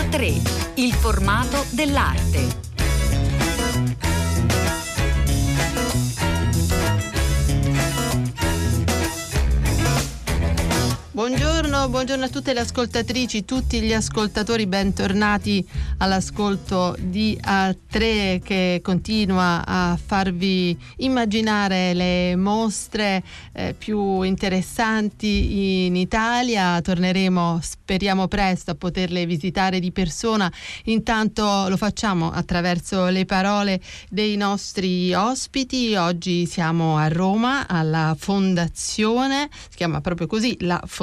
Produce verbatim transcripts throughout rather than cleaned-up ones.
tre, il formato dell'arte. Buongiorno, buongiorno a tutte le ascoltatrici, tutti gli ascoltatori, bentornati all'ascolto di A tre che continua a farvi immaginare le mostre eh, più interessanti in Italia. Torneremo, speriamo presto, a poterle visitare di persona. Intanto lo facciamo attraverso le parole dei nostri ospiti. Oggi siamo a Roma, alla Fondazione, si chiama proprio così, la Fondazione.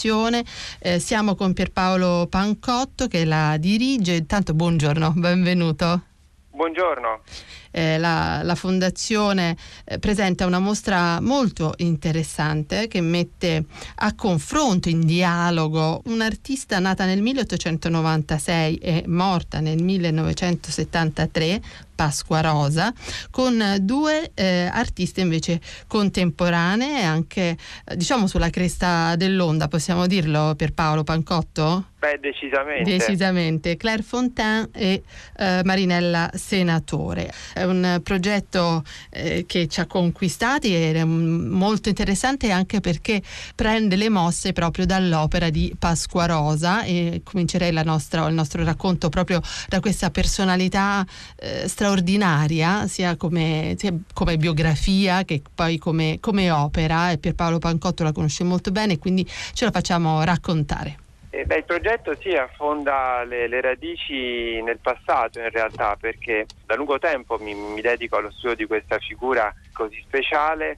Eh, siamo con Pierpaolo Pancotto che la dirige. Intanto buongiorno, benvenuto. Buongiorno. Eh, la, la Fondazione eh, presenta una mostra molto interessante che mette a confronto, in dialogo, un'artista nata nel milleottocentonovantasei e morta nel millenovecentosettantatré, Pasqua Rosa, con due eh, artiste invece contemporanee, anche eh, diciamo sulla cresta dell'onda, possiamo dirlo, Pierpaolo Pancotto? Beh, decisamente. Decisamente. Claire Fontaine e eh, Marinella Senatore. È un progetto eh, che ci ha conquistati ed è un, molto interessante anche perché prende le mosse proprio dall'opera di Pasqua Rosa, e comincerei la nostra, il nostro racconto proprio da questa personalità eh, straordinaria, sia come, sia come biografia che poi come, come opera, e Pierpaolo Pancotto la conosce molto bene, quindi ce la facciamo raccontare. Eh beh, il progetto sì affonda le, le radici nel passato in realtà, perché da lungo tempo mi, mi dedico allo studio di questa figura così speciale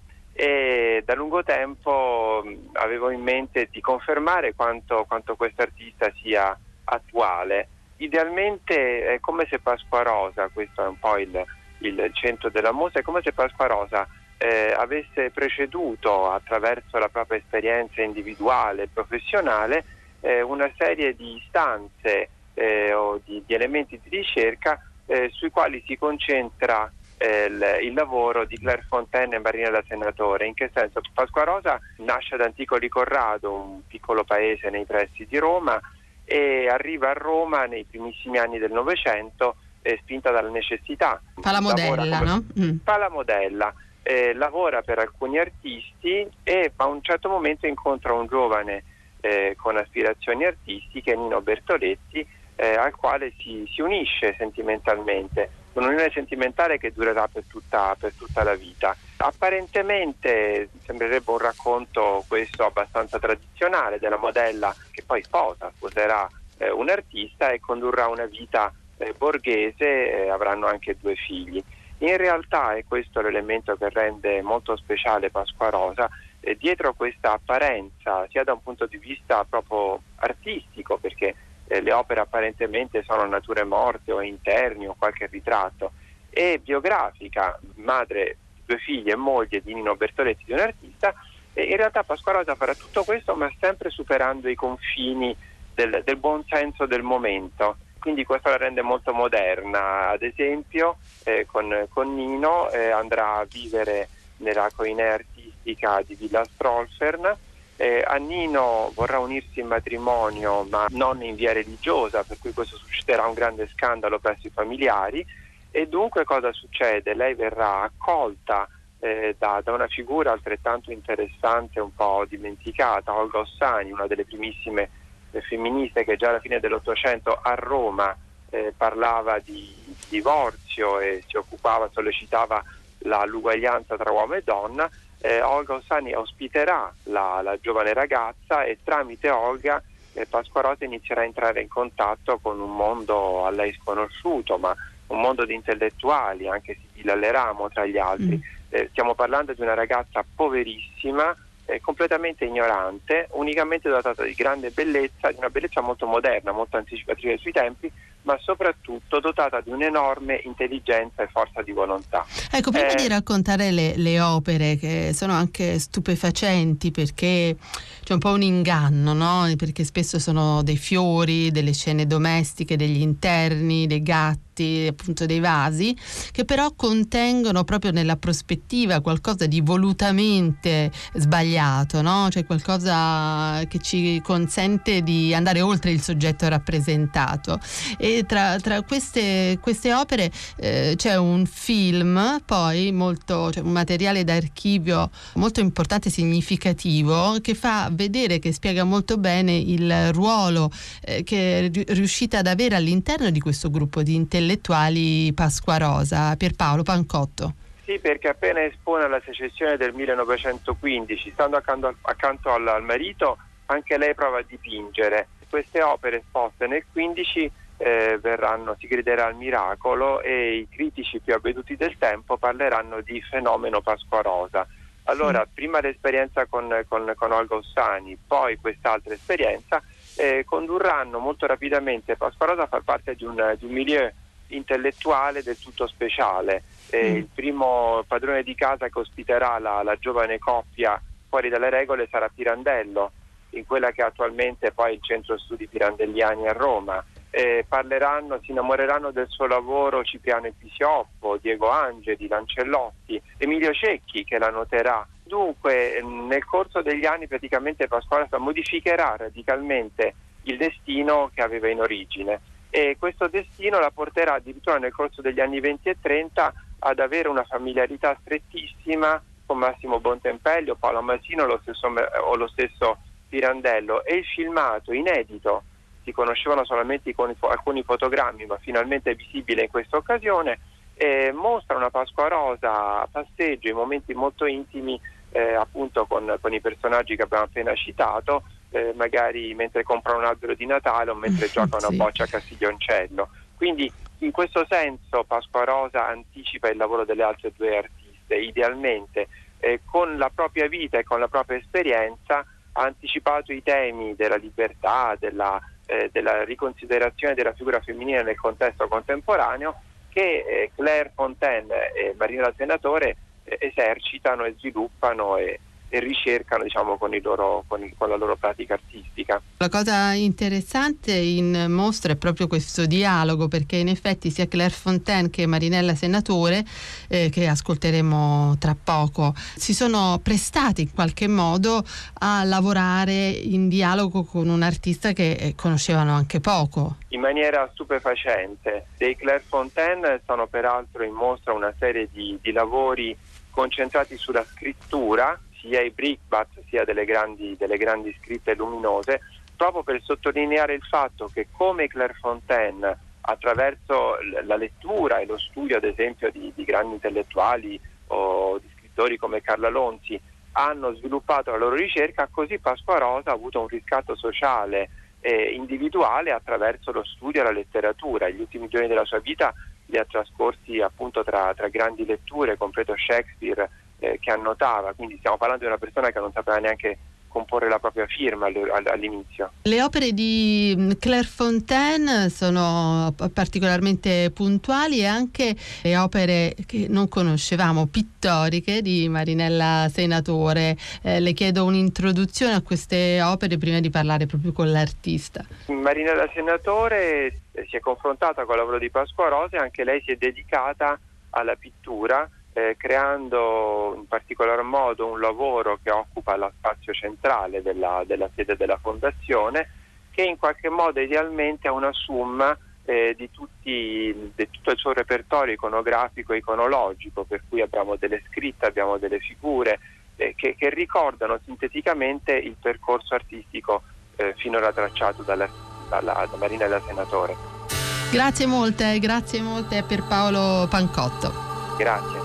e da lungo tempo mh, avevo in mente di confermare quanto, quanto quest'artista sia attuale. Idealmente è come se Pasqua Rosa, questo è un po' il, il centro della mostra, è come se Pasqua Rosa eh, avesse preceduto attraverso la propria esperienza individuale e professionale Eh, una serie di istanze eh, o di, di elementi di ricerca eh, sui quali si concentra eh, il, il lavoro di Claire Fontaine e Marinella Senatore. In che senso? Pasqua Rosa nasce ad Anticoli Corrado, un piccolo paese nei pressi di Roma, e arriva a Roma nei primissimi anni del Novecento eh, spinta dalla necessità. Fa la modella, come, no? Mm. Fa la modella, eh, lavora per alcuni artisti e a un certo momento incontra un giovane Eh, con aspirazioni artistiche, Nino Bertoletti, eh, al quale si, si unisce sentimentalmente, un'unione sentimentale che durerà per tutta, per tutta la vita. Apparentemente sembrerebbe un racconto questo abbastanza tradizionale della modella che poi sposa, sposerà eh, un artista e condurrà una vita eh, borghese, eh, avranno anche due figli. In realtà, e questo è l'elemento che rende molto speciale Pasqua Rosa, Eh, dietro questa apparenza, sia da un punto di vista proprio artistico, perché eh, le opere apparentemente sono nature morte o interni o qualche ritratto, e biografica, madre, due figlie e moglie di Nino Bertoletti, di un artista, e in realtà Pasqua Rosa farà tutto questo ma sempre superando i confini del, del buon senso del momento. Quindi questo la rende molto moderna. Ad esempio eh, con, con Nino eh, andrà a vivere nella coinea artistica di Villa Strolfern. Eh, a Nino vorrà unirsi in matrimonio ma non in via religiosa, per cui questo susciterà un grande scandalo presso i familiari, e dunque cosa succede? Lei verrà accolta eh, da, da una figura altrettanto interessante, un po' dimenticata, Olga Ossani, una delle primissime eh, femministe che già alla fine dell'Ottocento a Roma eh, parlava di divorzio e si occupava, sollecitava la, l'uguaglianza tra uomo e donna. Eh, Olga Ossani ospiterà la, la giovane ragazza e tramite Olga eh, Pasqua Rosa inizierà a entrare in contatto con un mondo a lei sconosciuto, ma un mondo di intellettuali, anche Sibilla Leramo tra gli altri. Mm. Eh, stiamo parlando di una ragazza poverissima, eh, completamente ignorante, unicamente dotata di grande bellezza, di una bellezza molto moderna, molto anticipatrice sui tempi, ma soprattutto dotata di un'enorme intelligenza e forza di volontà. Ecco, prima eh, di raccontare le, le opere, che sono anche stupefacenti, perché c'è un po' un inganno, no? Perché spesso sono dei fiori, delle scene domestiche, degli interni, dei gatti, piatti, appunto dei vasi, che però contengono proprio nella prospettiva qualcosa di volutamente sbagliato, no? Cioè qualcosa che ci consente di andare oltre il soggetto rappresentato. E tra, tra queste, queste opere eh, c'è un film, poi molto, cioè un materiale d'archivio molto importante e significativo, che fa vedere, che spiega molto bene il ruolo eh, che è riuscita ad avere all'interno di questo gruppo di intellettuali Pasquarosa. Pierpaolo Pancotto. Sì, perché appena espone alla secessione del millenovecentoquindici, stando accanto, accanto al, al marito, anche lei prova a dipingere. Queste opere esposte nel quindici eh, verranno, si griderà al miracolo, e i critici più avveduti del tempo parleranno di fenomeno Pasquarosa. Allora, sì. Prima l'esperienza con, con, con Olga Ossani, poi quest'altra esperienza, eh, condurranno molto rapidamente Pasquarosa a far parte di un, di un milieu intellettuale del tutto speciale. Eh, mm. Il primo padrone di casa che ospiterà la, la giovane coppia fuori dalle regole sarà Pirandello, in quella che attualmente è poi il centro studi pirandelliani a Roma. Eh, parleranno, si innamoreranno del suo lavoro Cipriano Episiopo, Diego Angeli, Lancellotti, Emilio Cecchi, che la noterà. Dunque, nel corso degli anni praticamente Pasquarosa modificherà radicalmente il destino che aveva in origine, e questo destino la porterà addirittura nel corso degli anni venti e trenta ad avere una familiarità strettissima con Massimo Bontempeglio, Paolo Masino lo stesso, o lo stesso Pirandello. E il filmato inedito, si conoscevano solamente con alcuni fotogrammi, ma finalmente visibile in questa occasione, eh, mostra una Pasquarosa a passeggio in momenti molto intimi, eh, appunto con, con i personaggi che abbiamo appena citato, eh, magari mentre compra un albero di Natale o mentre gioca una sì. boccia a Castiglioncello. Quindi in questo senso Pasquarosa anticipa il lavoro delle altre due artiste. Idealmente, eh, con la propria vita e con la propria esperienza, ha anticipato i temi della libertà, della Eh, della riconsiderazione della figura femminile nel contesto contemporaneo, che eh, Claire Fontaine e Marina da Senatore eh, esercitano e sviluppano e, e ricercano, diciamo, con, il loro, con, il, con la loro pratica artistica. La cosa interessante in mostra è proprio questo dialogo, perché in effetti sia Claire Fontaine che Marinella Senatore, eh, che ascolteremo tra poco, si sono prestati in qualche modo a lavorare in dialogo con un artista che conoscevano anche poco. In maniera stupefacente. Dei Claire Fontaine sono peraltro in mostra una serie di, di lavori concentrati sulla scrittura, sia i brickbat sia delle grandi, delle grandi scritte luminose, proprio per sottolineare il fatto che, come Claire Fontaine, attraverso la lettura e lo studio ad esempio di, di grandi intellettuali o di scrittori come Carla Lonzi hanno sviluppato la loro ricerca, così Pasquarosa ha avuto un riscatto sociale e individuale attraverso lo studio e la letteratura. Gli ultimi giorni della sua vita li ha trascorsi appunto tra, tra grandi letture, compreso Shakespeare, eh, che annotava. Quindi stiamo parlando di una persona che non sapeva neanche comporre la propria firma all'inizio. Le opere di Claire Fontaine sono particolarmente puntuali, e anche le opere che non conoscevamo, pittoriche, di Marinella Senatore. Eh, le chiedo un'introduzione a queste opere prima di parlare proprio con l'artista. Marinella Senatore si è confrontata con il lavoro di Pasquarosa e anche lei si è dedicata alla pittura, Eh, creando in particolar modo un lavoro che occupa lo spazio centrale della, della sede della fondazione, che in qualche modo idealmente ha una summa eh, di, tutti, di tutto il suo repertorio iconografico e iconologico, per cui abbiamo delle scritte, abbiamo delle figure eh, che, che ricordano sinteticamente il percorso artistico eh, finora tracciato dalla, dalla, da Marinella Senatore. Grazie molte, grazie molte a Pierpaolo Pancotto. Grazie.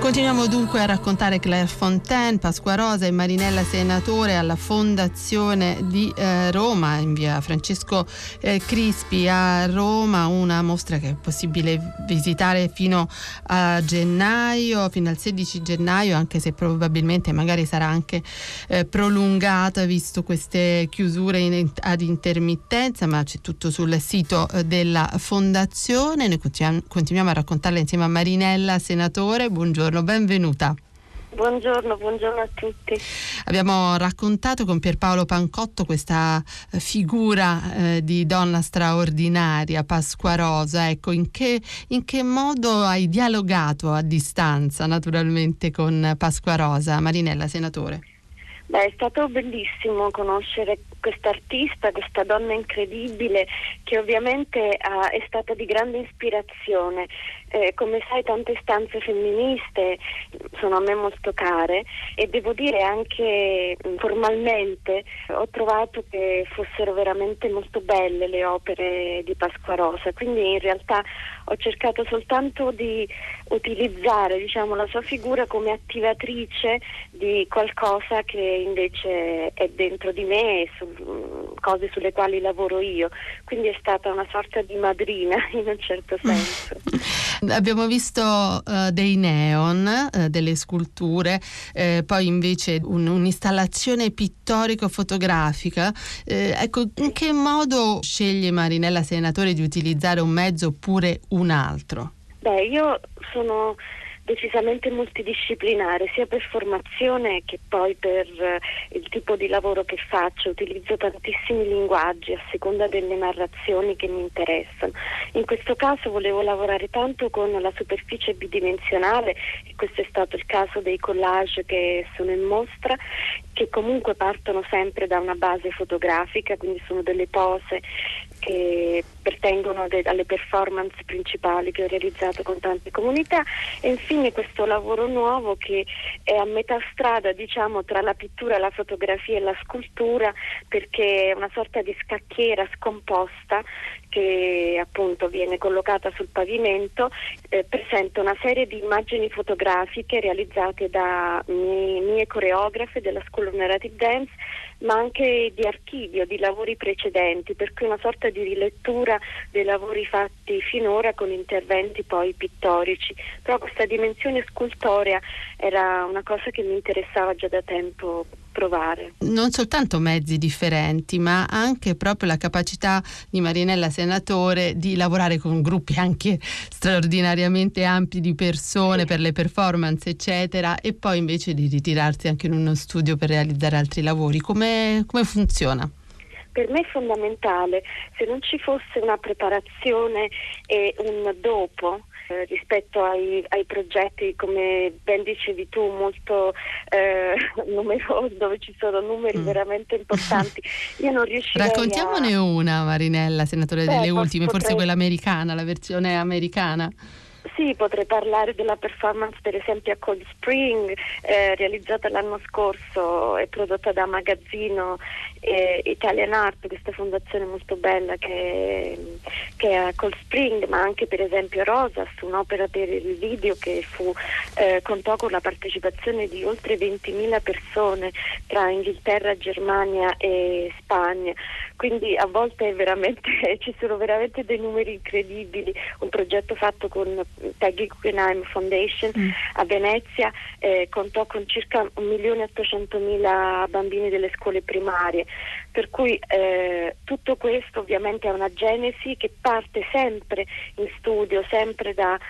Continuiamo dunque a raccontare Claire Fontaine, Pasquarosa e Marinella Senatore alla Fondazione di eh, Roma, in via Francesco eh, Crispi a Roma, una mostra che è possibile visitare fino a gennaio, fino al sedici gennaio, anche se probabilmente magari sarà anche eh, prolungata visto queste chiusure in, ad intermittenza, ma c'è tutto sul sito eh, della Fondazione. Noi continuiamo, continuiamo a raccontarla insieme a Marinella Senatore. Buongiorno. Benvenuta. Buongiorno, buongiorno a tutti. Abbiamo raccontato con Pierpaolo Pancotto questa eh, figura eh, di donna straordinaria, Pasquarosa. Ecco, in che, in che modo hai dialogato a distanza, naturalmente, con Pasquarosa, Marinella Senatore? Beh, è stato bellissimo conoscere questa artista, questa donna incredibile che ovviamente ha, è stata di grande ispirazione. Eh, come sai, tante istanze femministe sono a me molto care e devo dire anche formalmente ho trovato che fossero veramente molto belle le opere di Pasquarosa, quindi in realtà ho cercato soltanto di utilizzare, diciamo, la sua figura come attivatrice di qualcosa che invece è dentro di me e su, cose sulle quali lavoro io, quindi è stata una sorta di madrina in un certo senso. Abbiamo visto uh, dei neon, uh, delle sculture, eh, poi invece un, un'installazione pittorico-fotografica. Eh, ecco, in che modo sceglie Marinella Senatore di utilizzare un mezzo oppure un altro? Beh, io sono decisamente multidisciplinare, sia per formazione che poi per eh, il tipo di lavoro che faccio. Utilizzo tantissimi linguaggi a seconda delle narrazioni che mi interessano. In questo caso volevo lavorare tanto con la superficie bidimensionale, e questo è stato il caso dei collage che sono in mostra, che comunque partono sempre da una base fotografica, quindi sono delle pose che pertengono de- alle performance principali che ho realizzato con tante comunità, e infine questo lavoro nuovo che è a metà strada, diciamo, tra la pittura, la fotografia e la scultura, perché è una sorta di scacchiera scomposta che appunto viene collocata sul pavimento, eh, presenta una serie di immagini fotografiche realizzate da mie, mie coreografe della School of Narrative Dance, ma anche di archivio di lavori precedenti, per cui una sorta di rilettura dei lavori fatti finora con interventi poi pittorici. Però questa dimensione scultorea era una cosa che mi interessava già da tempo provare. Non soltanto mezzi differenti, ma anche proprio la capacità di Marinella Senatore di lavorare con gruppi anche straordinariamente ampi di persone, sì, per le performance eccetera, e poi invece di ritirarsi anche in uno studio per realizzare altri lavori. Come, come funziona? Per me è fondamentale, se non ci fosse una preparazione e un dopo eh, rispetto ai, ai progetti, come ben dicevi tu, molto eh, numerosi, dove ci sono numeri mm. veramente importanti, io non riuscirei Raccontiamone a... una, Marinella Senatore, Beh, delle ultime, potrei... forse quella americana, la versione americana. Sì, potrei parlare della performance per esempio a Cold Spring, eh, realizzata l'anno scorso e prodotta da Magazzino eh, Italian Art, questa fondazione molto bella che, che è a Cold Spring, ma anche per esempio Rosas, un'opera per il video che fu eh, contò con la partecipazione di oltre ventimila persone tra Inghilterra, Germania e Spagna. Quindi a volte veramente ci sono veramente dei numeri incredibili. Un progetto fatto con Peggy Guggenheim Foundation mm. a Venezia eh, contò con circa un milione e ottocentomila bambini delle scuole primarie, per cui eh, tutto questo ovviamente è una genesi che parte sempre in studio, sempre da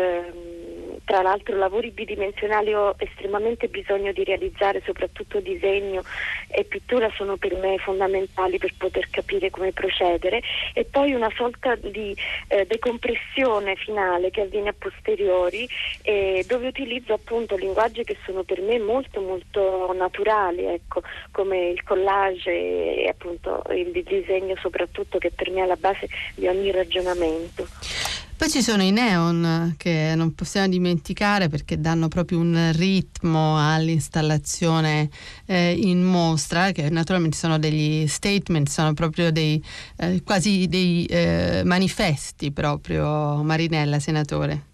ehm, tra l'altro lavori bidimensionali. Ho estremamente bisogno di realizzare, soprattutto disegno e pittura sono per me fondamentali per poter capire come procedere, e poi una sorta di eh, decompressione finale che avviene a posteriori, eh, dove utilizzo appunto linguaggi che sono per me molto molto naturali, ecco, come il collage e appunto il disegno soprattutto, che per me è alla base di ogni ragionamento. Poi ci sono i neon che non possiamo dimenticare, perché danno proprio un ritmo all'installazione eh, in mostra, che naturalmente sono degli statement, sono proprio dei eh, quasi dei eh, manifesti proprio, Marinella Senatore.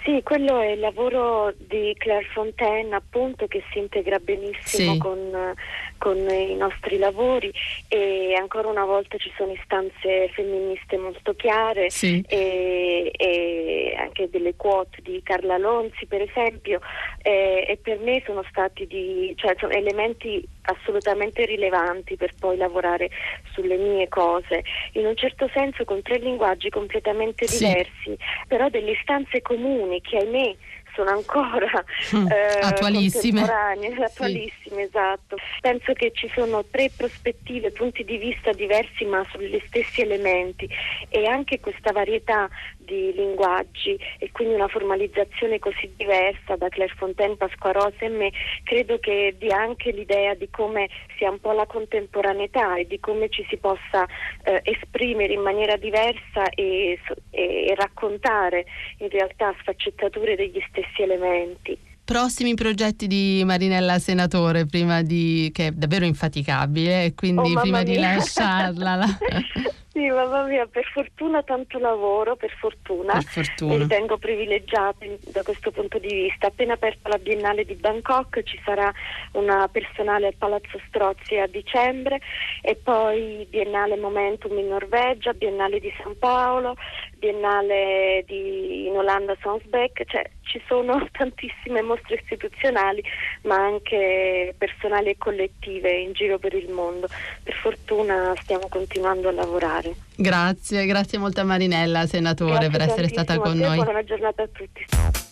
Sì, quello è il lavoro di Claire Fontaine, appunto, che si integra benissimo sì. con, con i nostri lavori, e ancora una volta ci sono istanze femministe molto chiare, sì. e, e anche delle quote di Carla Lonzi, per esempio, e, e per me sono stati di, cioè, sono elementi assolutamente rilevanti per poi lavorare sulle mie cose, in un certo senso con tre linguaggi completamente sì. diversi, però delle istanze comuni che ahimè sono ancora mm, eh, attualissime. contemporanee, attualissime, sì. Esatto. Penso che ci sono tre prospettive, punti di vista diversi ma sugli stessi elementi, e anche questa varietà di linguaggi e quindi una formalizzazione così diversa da Claire Fontaine, Pasquarose e me, credo che dia anche l'idea di come sia un po' la contemporaneità e di come ci si possa eh, esprimere in maniera diversa e, e, e raccontare in realtà sfaccettature degli stessi elementi. Prossimi progetti di Marinella Senatore, prima di, che è davvero infaticabile, e quindi oh, prima mia. di lasciarla la... Sì, mamma mia, per fortuna tanto lavoro, per fortuna, per fortuna. Mi ritengo privilegiata da questo punto di vista. Appena aperta la Biennale di Bangkok, ci sarà una personale al Palazzo Strozzi a dicembre, e poi Biennale Momentum in Norvegia, Biennale di San Paolo, Biennale di, in Olanda Sonsbeck, cioè ci sono tantissime mostre istituzionali ma anche personali e collettive in giro per il mondo. Per fortuna stiamo continuando a lavorare. Grazie, grazie molto a Marinella Senatore Grazie per essere stata con te, noi. Buona giornata a tutti.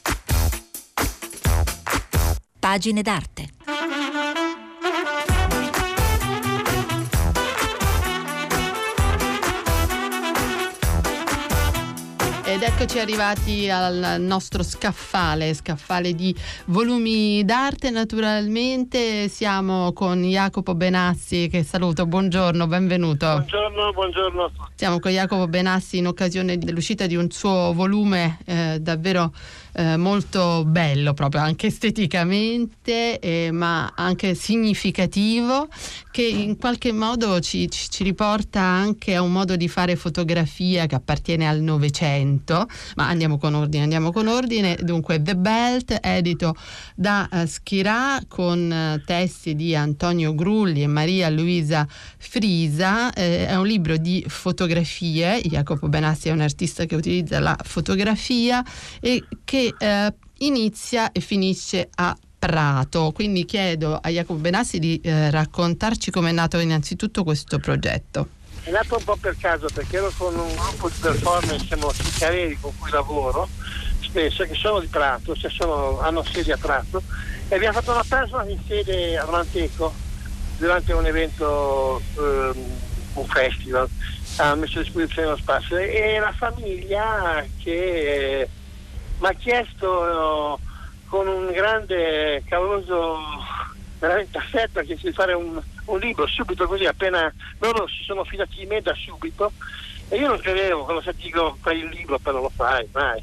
Pagine d'arte. Ed eccoci arrivati al nostro scaffale, scaffale di volumi d'arte. Naturalmente siamo con Jacopo Benassi, che saluto, buongiorno, benvenuto. Buongiorno, buongiorno a tutti. Siamo con Jacopo Benassi in occasione dell'uscita di un suo volume eh, davvero eh, molto bello, proprio anche esteticamente, eh, ma anche significativo, che in qualche modo ci, ci, ci riporta anche a un modo di fare fotografia che appartiene al Novecento. Ma andiamo con ordine, andiamo con ordine. Dunque, The Belt, edito da uh, Schirà, con uh, testi di Antonio Grulli e Maria Luisa Frisa. Eh, è un libro di fotografie. Jacopo Benassi è un artista che utilizza la fotografia e che eh, inizia e finisce a Prato. Quindi chiedo a Jacopo Benassi di eh, raccontarci come è nato innanzitutto questo progetto. È nato un po' per caso, perché ero con un gruppo di performance, siamo Ciccarelli, con cui lavoro spesso, che sono di Prato, cioè sono, hanno sede a Prato, e abbiamo fatto una persona in sede a Manteco durante un evento, um, un festival, ha messo a disposizione lo spazio, e la famiglia che eh, mi ha chiesto eh, con un grande caloroso veramente affetto, ha chiesto di fare un, un libro subito, così appena loro si sono fidati di me da subito, e io non credevo, quando dico fai il libro, poi non lo fai mai,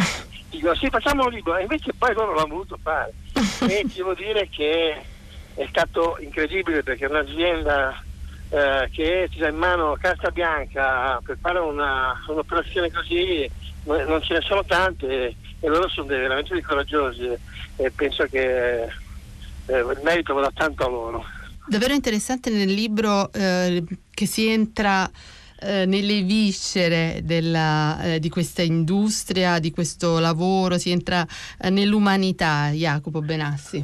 dico sì, facciamo un libro, e invece poi loro l'hanno voluto fare, e ti devo dire che è stato incredibile, perché è un'azienda eh, che ti dà in mano carta bianca per fare una, un'operazione così, non ce ne sono tante, e loro sono dei, veramente dei coraggiosi, e penso che eh, il merito va tanto a loro. Davvero interessante nel libro eh, che si entra eh, nelle viscere della, eh, di questa industria, di questo lavoro, si entra eh, nell'umanità. Jacopo Benassi.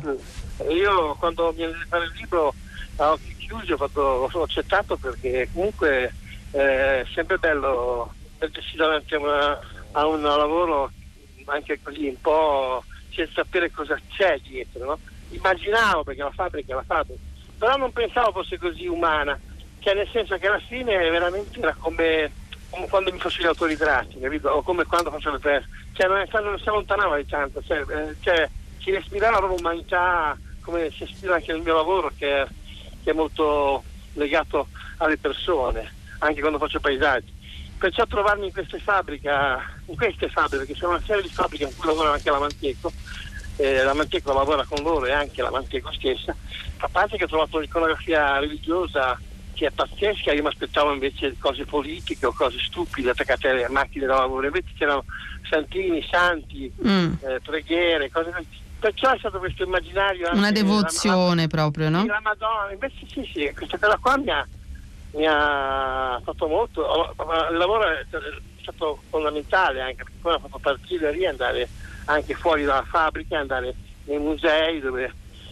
Io quando mi hanno fare il libro a occhi chiusi ho, fatto, ho accettato, perché comunque eh, è sempre bello mettersi davanti a, una, a un lavoro anche così un po' senza sapere cosa c'è dietro, no? Immaginavo, perché la fabbrica la fabbrica, però non pensavo fosse così umana, cioè nel senso che alla fine veramente era come, come quando mi faccio gli autoritratti, capito? O come quando faccio le feste, cioè non, è, non si allontanava di tanto, cioè, eh, cioè si respirava proprio umanità, come si respira anche nel mio lavoro, che è, che è molto legato alle persone, anche quando faccio paesaggi. Perciò trovarmi in queste fabbriche, in queste fabbriche, che sono una serie di fabbriche in cui lavora anche la Manteco, eh, la Manteco lavora con loro e anche la Manteco stessa, a parte che ho trovato l'iconografia religiosa che è pazzesca. Io mi aspettavo invece cose politiche o cose stupide attaccate alle macchine da lavoro, invece c'erano santini, santi, mm. eh, preghiere, cose così. Perciò è stato questo immaginario anche una devozione la, proprio, no? La Madonna, invece sì, sì, questa cosa qua mi ha, mi ha fatto molto. Il lavoro è stato fondamentale, anche perché poi ho fatto partire lì, andare anche fuori dalla fabbrica, andare nei musei dove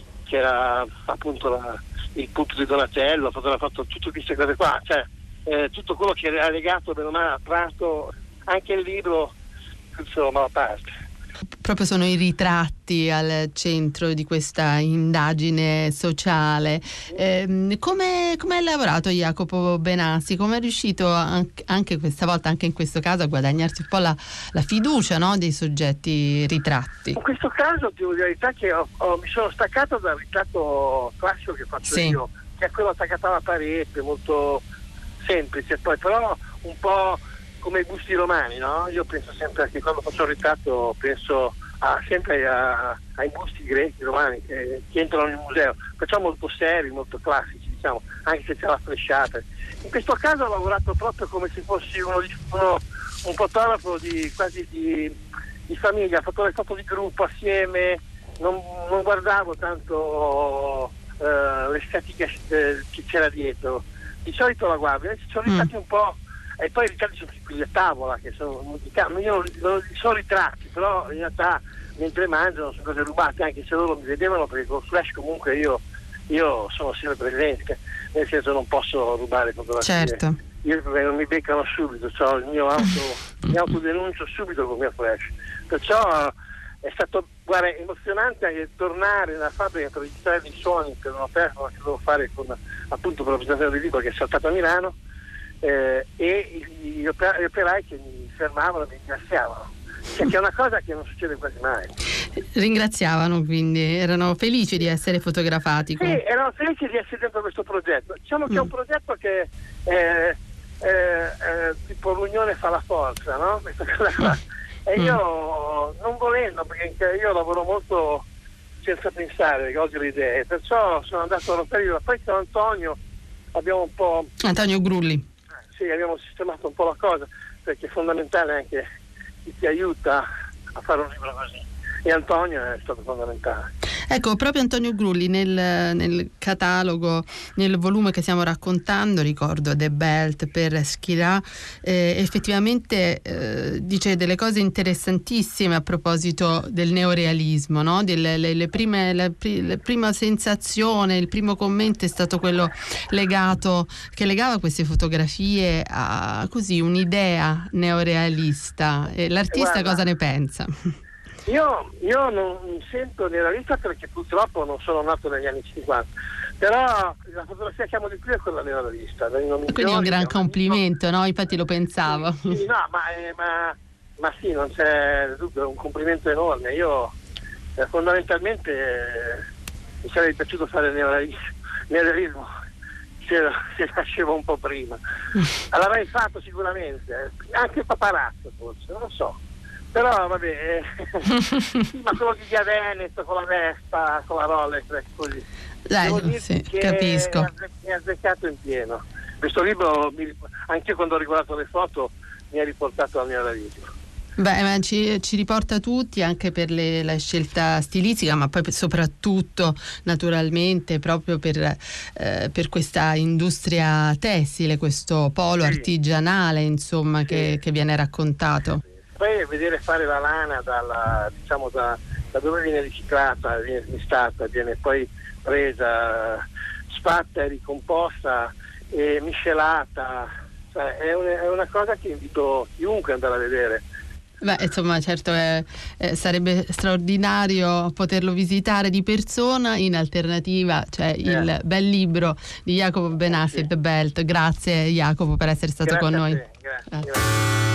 c'era appunto la, il punto di Donatello, ho fatto tutte queste cose qua, cioè eh, tutto quello che era legato bene o male a Prato, anche il libro, insomma, a parte. Proprio sono i ritratti al centro di questa indagine sociale. Eh, come, come hai lavorato Jacopo Benassi? Come è riuscito anche, anche questa volta, anche in questo caso, a guadagnarsi un po' la, la fiducia, no, dei soggetti ritratti? In questo caso devo dire la verità che ho, ho, mi sono staccato dal ritratto classico che faccio sì. io, che è quello attaccato alla parete, molto semplice, poi però un po' come i busti romani, no? Io penso sempre che quando faccio un ritratto penso a, sempre a, ai busti greci, romani che, che entrano nel museo, perciò molto seri, molto classici, diciamo, anche se c'è la flesciata. In questo caso ho lavorato proprio come se fossi uno, di, uno un fotografo di quasi di, di famiglia, ho fatto le foto di gruppo assieme, non, non guardavo tanto uh, l'estetica eh, che c'era dietro. Di solito la guardo, ci sono ritratti mm. un po'. E poi i ritratti sono quelli a tavola, che sono, io non, non sono ritratti, però in realtà mentre mangiano sono cose rubate, anche se loro mi vedevano, perché col flash comunque io, io sono sempre presente, nel senso non posso rubare fotografie. Certo. Io non mi beccano subito, ho il mio auto, mi autodenuncio subito con il mio flash. Perciò è stato, guarda, emozionante anche tornare nella fabbrica per registrare dei suoni per un'offerta che dovevo fare con appunto per la presentazione del libro che è saltato a Milano. Eh, e gli operai, gli operai che mi fermavano mi ringraziavano, cioè, che è una cosa che non succede quasi mai. Ringraziavano, quindi erano felici di essere fotografati. Sì, erano felici di essere dentro questo progetto. Diciamo mm. che è un progetto che eh, eh, eh, tipo l'unione fa la forza, no? Questa cosa qua. E io non volendo, perché io lavoro molto senza pensare, che ho le idee, perciò sono andato a rompere. Poi con Antonio abbiamo un po' Antonio Grulli. Sì, abbiamo sistemato un po' la cosa, perché è fondamentale anche chi ti aiuta a fare un libro così, e Antonio è stato fondamentale. Ecco, proprio Antonio Grulli nel, nel catalogo, nel volume che stiamo raccontando, ricordo The Belt per Schirà, eh, effettivamente eh, dice delle cose interessantissime a proposito del neorealismo, no? Delle, le, le prime, la, la prima sensazione, il primo commento è stato quello legato, che legava queste fotografie a così un'idea neorealista. Eh, l'artista Guarda. cosa ne pensa? Io, io non mi sento neorealista perché purtroppo non sono nato negli anni cinquanta, però la fotografia che amo di più è quella neorealista. Quindi è un gran complimento, no? Infatti lo pensavo. Sì, sì, no, ma, eh, ma, ma sì, non c'è dubbio, è un complimento enorme. Io eh, fondamentalmente eh, mi sarebbe piaciuto fare il neorealismo, neorealismo se, se nascevo un po' prima. L'avrei fatto sicuramente, anche Paparazzo forse, non lo so. Però vabbè, eh, sì, ma quello di Via Veneto con la Vespa, con la Rolex, così. Dai, sì, che capisco. Mi ha azzeccato in pieno. Questo libro, anche io quando ho riguardato le foto, mi ha riportato al mio realismo. Beh, ma ci, ci riporta tutti anche per le, la scelta stilistica, ma poi soprattutto naturalmente proprio per, eh, per questa industria tessile, questo polo sì. artigianale, insomma, sì. che, che viene raccontato. Poi vedere fare la lana dalla, diciamo da, da dove viene riciclata, viene smistata, viene poi presa, sfatta e ricomposta e miscelata, cioè, è, un, è una cosa che invito chiunque ad andare a vedere. Beh, insomma, certo è, eh, sarebbe straordinario poterlo visitare di persona. In alternativa c'è cioè eh. il bel libro di Jacopo Benassi, sì. The Belt. Grazie Jacopo per essere stato grazie con noi. Grazie. Grazie. Grazie.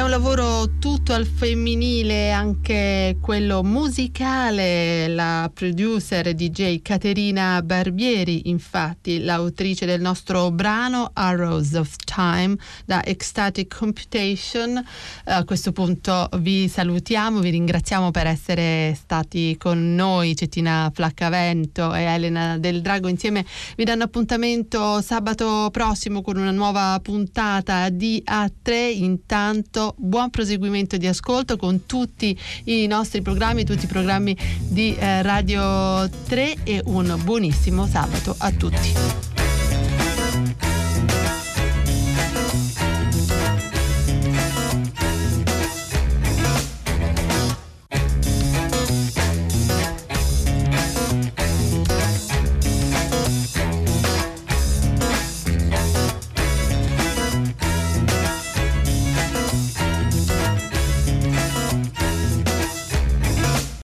un lavoro tutto al femminile, anche quello musicale. La producer e D J Caterina Barbieri, infatti, l'autrice del nostro brano Arrows of Time da Ecstatic Computation. A questo punto vi salutiamo, vi ringraziamo per essere stati con noi. Cettina Flaccavento e Elena Del Drago insieme vi danno appuntamento sabato prossimo con una nuova puntata di A tre. Intanto buon proseguimento di ascolto con tutti i nostri programmi, tutti i programmi di eh, Radio tre, e un buonissimo sabato a tutti.